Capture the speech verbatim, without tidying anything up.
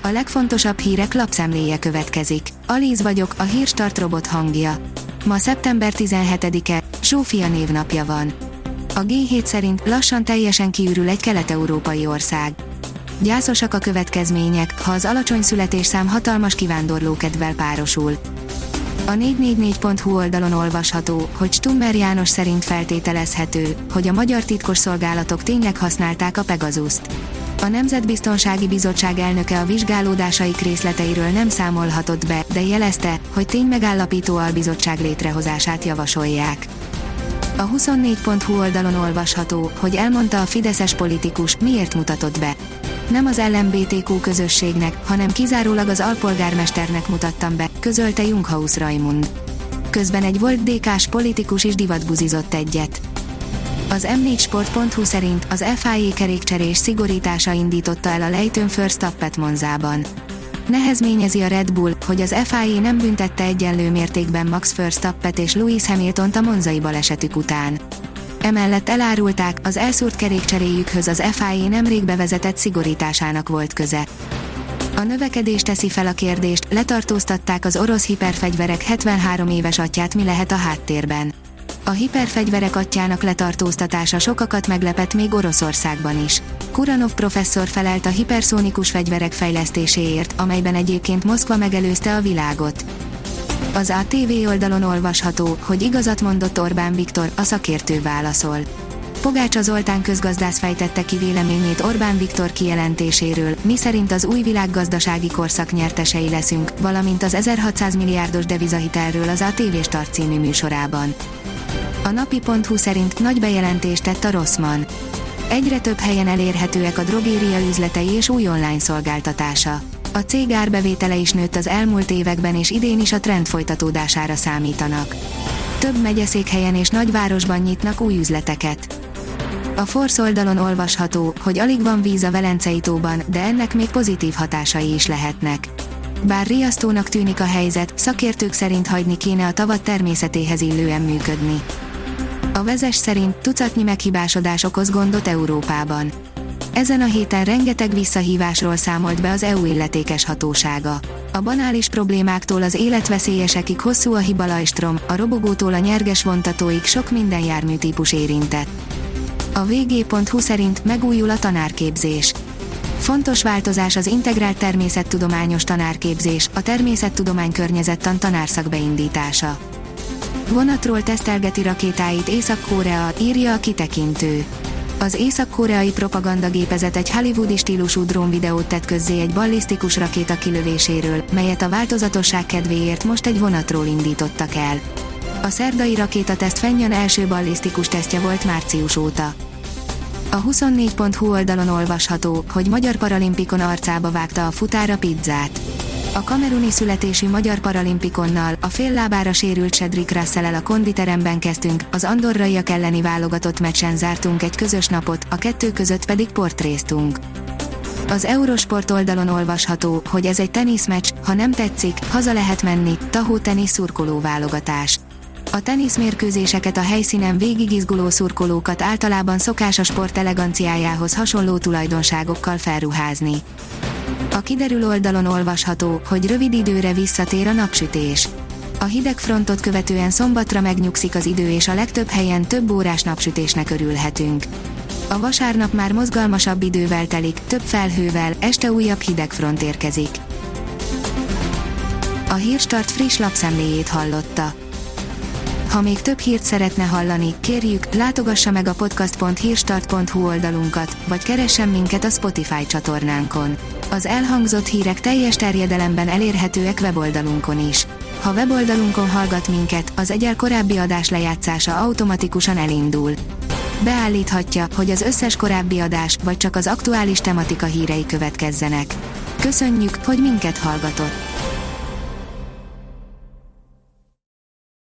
A legfontosabb hírek lapszemléje következik. Alíz vagyok, a Hírstart robot hangja. Ma szeptember tizenhetedike, Zsófia névnapja van. A gé hét szerint lassan teljesen kiürül egy kelet-európai ország. Gyászosak a következmények, ha az alacsony születésszám hatalmas kivándorlókedvel párosul. A négy négy négy pont hu oldalon olvasható, hogy Stummer János szerint feltételezhető, hogy a magyar titkosszolgálatok tényleg használták a Pegazust. A Nemzetbiztonsági Bizottság elnöke a vizsgálódásaik részleteiről nem számolhatott be, de jelezte, hogy ténymegállapító albizottság létrehozását javasolják. A huszonnégy pont hu oldalon olvasható, hogy elmondta a fideszes politikus, miért mutatott be. Nem az el em bé té kú közösségnek, hanem kizárólag az alpolgármesternek mutattam be, közölte Junghaus Raimund. Közben egy volt dé ká-s politikus is divatbuzizott egyet. Az em négy sport pont hu szerint az ef i á kerékcserés szigorítása indította el a lejtőn Verstappent Monzában. Nehezményezi a Red Bull, hogy az ef i á nem büntette egyenlő mértékben Max Verstappent és Lewis Hamiltont a monzai balesetük után. Emellett elárulták, az elszúrt kerékcseréjükhöz az ef i á nemrég bevezetett szigorításának volt köze. A növekedés teszi fel a kérdést, letartóztatták az orosz hiperfegyverek hetvenhárom éves atyját, mi lehet a háttérben. A hiperfegyverek atyjának letartóztatása sokakat meglepett még Oroszországban is. Kuranov professzor felelt a hiperszónikus fegyverek fejlesztéséért, amelyben egyébként Moszkva megelőzte a világot. Az á té vé oldalon olvasható, hogy igazat mondott Orbán Viktor, a szakértő válaszol. Pogácsa Zoltán közgazdász fejtette ki véleményét Orbán Viktor kijelentéséről, miszerint az új világgazdasági korszak nyertesei leszünk, valamint az ezerhatszáz milliárdos devizahitelről az á té vé Start című műsorában. A napi pont hu szerint nagy bejelentést tett a Rossmann. Egyre több helyen elérhetőek a drogéria üzletei és új online szolgáltatása. A cég árbevétele is nőtt az elmúlt években, és idén is a trend folytatódására számítanak. Több megyeszékhelyen és nagyvárosban nyitnak új üzleteket. A Force oldalon olvasható, hogy alig van víz a Velencei tóban, de ennek még pozitív hatásai is lehetnek. Bár riasztónak tűnik a helyzet, szakértők szerint hagyni kéne a tavat természetéhez illően működni. A Vezes szerint tucatnyi meghibásodás okoz gondot Európában. Ezen a héten rengeteg visszahívásról számolt be az é u illetékes hatósága. A banális problémáktól az életveszélyesekig hosszú a hibalajstrom, a robogótól a nyerges vontatóig sok minden járműtípus érintett. A vé gé pont hu szerint megújul a tanárképzés. Fontos változás az integrált természettudományos tanárképzés, a természettudomány környezettan tanárszak beindítása. Vonatról tesztelgeti rakétáit Észak-Korea, írja a kitekintő. Az észak-koreai propagandagépezet egy hollywoodi stílusú drónvideót tett közzé egy ballisztikus rakéta kilövéséről, melyet a változatosság kedvéért most egy vonatról indítottak el. A szerdai rakétateszt Pjöngjang első ballisztikus tesztje volt március óta. A huszonnégy pont hu oldalon olvasható, hogy magyar paralimpikon arcába vágta a futár a pizzát. A kameruni születésű magyar paralimpikonnal, a féllábára sérült Cedric Russell-el a konditeremben kezdtünk, az andorraiak elleni válogatott meccsen zártunk egy közös napot, a kettő között pedig portréztunk. Az Eurosport oldalon olvasható, hogy ez egy teniszmeccs, ha nem tetszik, haza lehet menni, Tahó tenisz szurkoló válogatás. A teniszmérkőzéseket a helyszínen végig izguló szurkolókat általában szokás a sport eleganciájához hasonló tulajdonságokkal felruházni. A kiderül oldalon olvasható, hogy rövid időre visszatér a napsütés. A hideg frontot követően szombatra megnyugszik az idő, és a legtöbb helyen több órás napsütésnek örülhetünk. A vasárnap már mozgalmasabb idővel telik, több felhővel, este újabb hideg front érkezik. A Hírstart friss lapszemléjét hallotta. Ha még több hírt szeretne hallani, kérjük, látogassa meg a podcast pont hírstart pont hu oldalunkat, vagy keressen minket a Spotify csatornánkon. Az elhangzott hírek teljes terjedelemben elérhetőek weboldalunkon is. Ha weboldalunkon hallgat minket, az egyel korábbi adás lejátszása automatikusan elindul. Beállíthatja, hogy az összes korábbi adás, vagy csak az aktuális tematika hírei következzenek. Köszönjük, hogy minket hallgatott!